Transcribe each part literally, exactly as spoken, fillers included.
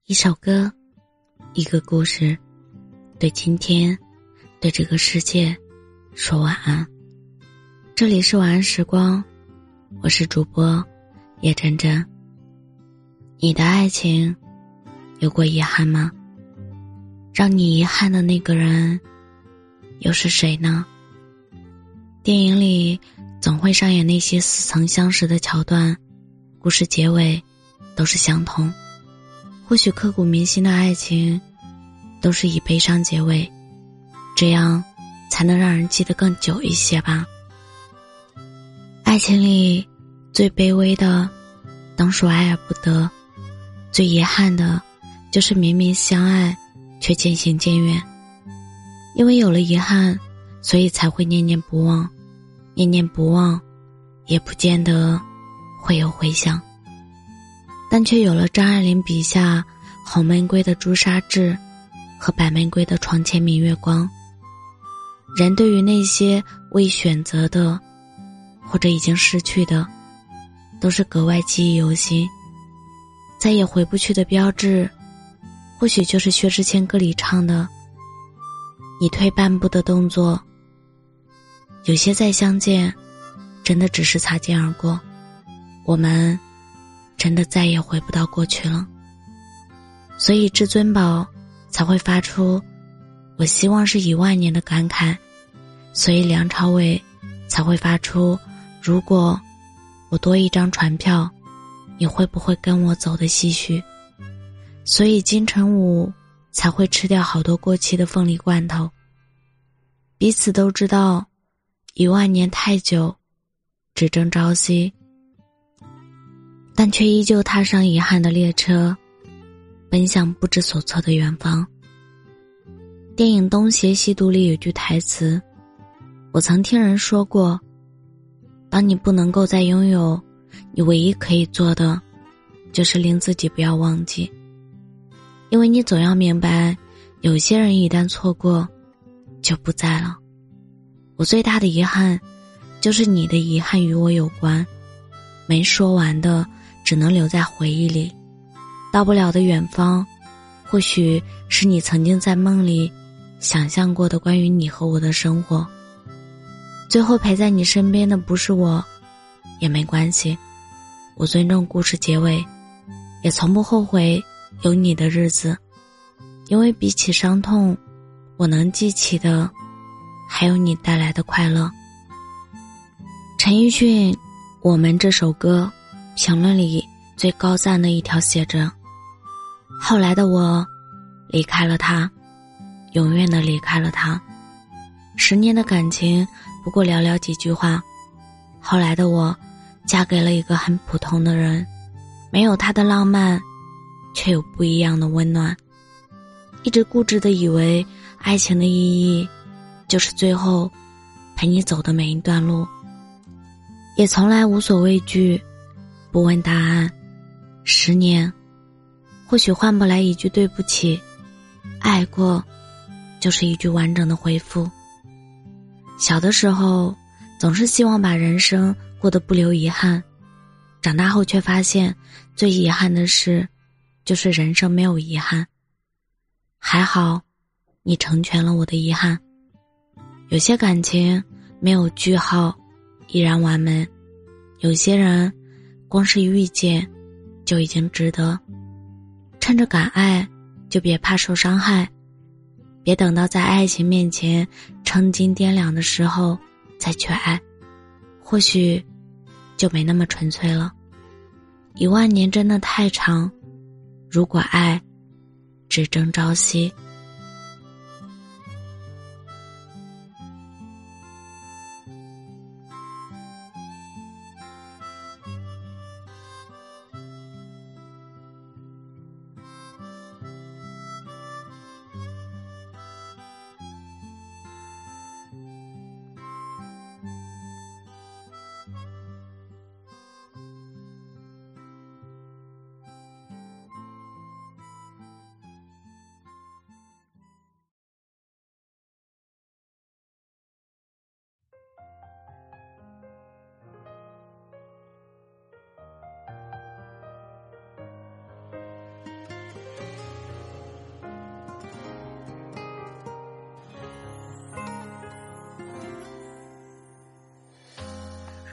一首歌，一个故事，对今天，对这个世界说晚安。这里是晚安时光，我是主播叶真真。你的爱情有过遗憾吗？让你遗憾的那个人又是谁呢？电影里总会上演那些似曾相识的桥段，故事结尾都是相同。或许刻骨铭心的爱情都是以悲伤结尾，这样才能让人记得更久一些吧。爱情里最卑微的当属爱而不得，最遗憾的就是明明相爱却渐行渐远。因为有了遗憾，所以才会念念不忘，念念不忘也不见得会有回响，但却有了张爱玲笔下红玫瑰的朱砂痣和白玫瑰的床前明月光。人对于那些未选择的或者已经失去的，都是格外记忆犹新。再也回不去的标志，或许就是薛之谦歌里唱的，你退半步的动作，有些再相见真的只是擦肩而过，我们真的再也回不到过去了。所以至尊宝才会发出我希望是一万年的感慨，所以梁朝伟才会发出如果我多一张船票，你会不会跟我走的唏嘘。所以金城武才会吃掉好多过期的凤梨罐头。彼此都知道一万年太久，只争朝夕，但却依旧踏上遗憾的列车，奔向不知所措的远方。电影《东邪西毒》里有句台词，我曾听人说过，当你不能够再拥有，你唯一可以做的就是令自己不要忘记。因为你总要明白，有些人一旦错过就不在了。我最大的遗憾就是你的遗憾与我有关，没说完的只能留在回忆里。到不了的远方，或许是你曾经在梦里想象过的关于你和我的生活。最后陪在你身边的不是我，也没关系，我尊重故事结尾，也从不后悔有你的日子。因为比起伤痛，我能记起的还有你带来的快乐。陈奕迅《我们》这首歌评论里最高赞的一条写着，后来的我离开了他，永远的离开了他。十年的感情不过寥寥几句话，后来的我嫁给了一个很普通的人，没有他的浪漫，却有不一样的温暖。一直固执地以为爱情的意义就是最后陪你走的每一段路，也从来无所畏惧，不问答案。十年或许换不来一句对不起，爱过就是一句完整的回复。小的时候总是希望把人生过得不留遗憾，长大后却发现最遗憾的事就是人生没有遗憾。还好你成全了我的遗憾。有些感情没有句号依然完美，有些人光是遇见就已经值得。趁着敢爱，就别怕受伤害，别等到在爱情面前撑襟掂量的时候再去爱，或许就没那么纯粹了。一万年真的太长，如果爱只争朝夕。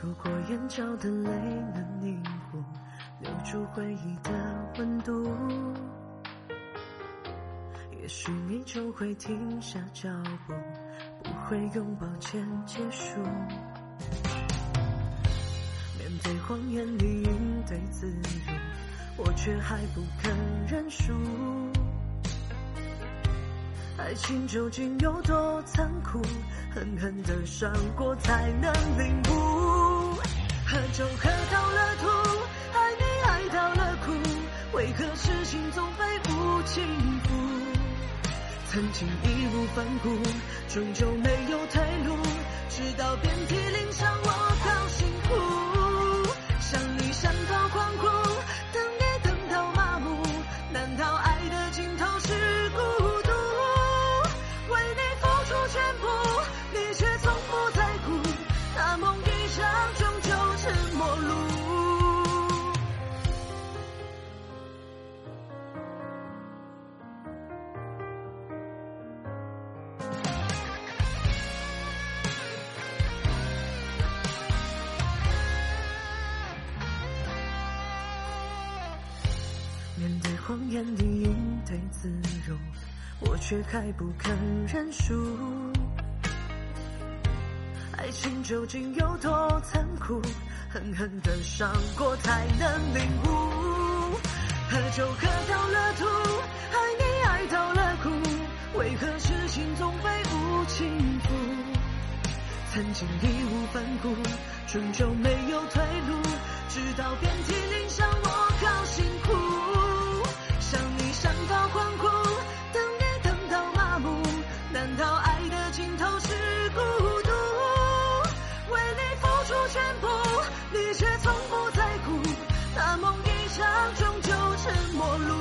如果眼角的泪能凝固，留住回忆的温度，也许你就会停下脚步，不会用抱歉结束。面对谎言里应对自如，我却还不肯认输。爱情究竟有多残酷，狠狠的伤过才能领悟。喝酒喝到了吐，爱你爱到了哭，为何痴心总被无情负？曾经义无反顾，终究没有退路，直到遍体鳞伤我好辛苦。想你想到狂哭，等你等到麻木，难道爱的尽头是孤独？为你付出全部，你却从不在乎，那梦一场终究成陌路。面对谎言里应对自如，我却还不肯认输。爱情究竟有多残酷，狠狠的伤过才能领悟。喝酒喝到了吐，爱你爱到了哭，为何痴心总被无情负？曾经义无反顾，终究没有退路，直到遍体鳞伤我好辛苦。想你想到狂哭，等你等到麻木，难道爱的尽头是孤独？为你付出全部，你却从不在乎，那梦一场终究成陌路。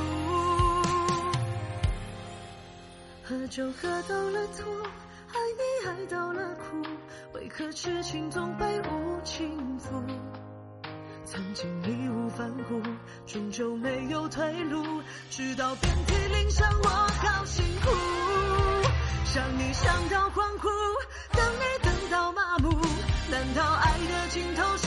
喝酒喝到了吐，爱你爱到了哭，为何痴情总被无情负？曾经义无反顾，终究没有退路，直到遍体鳞伤我好辛苦。想你想到狂哭，等你等到麻木，难道爱的尽头是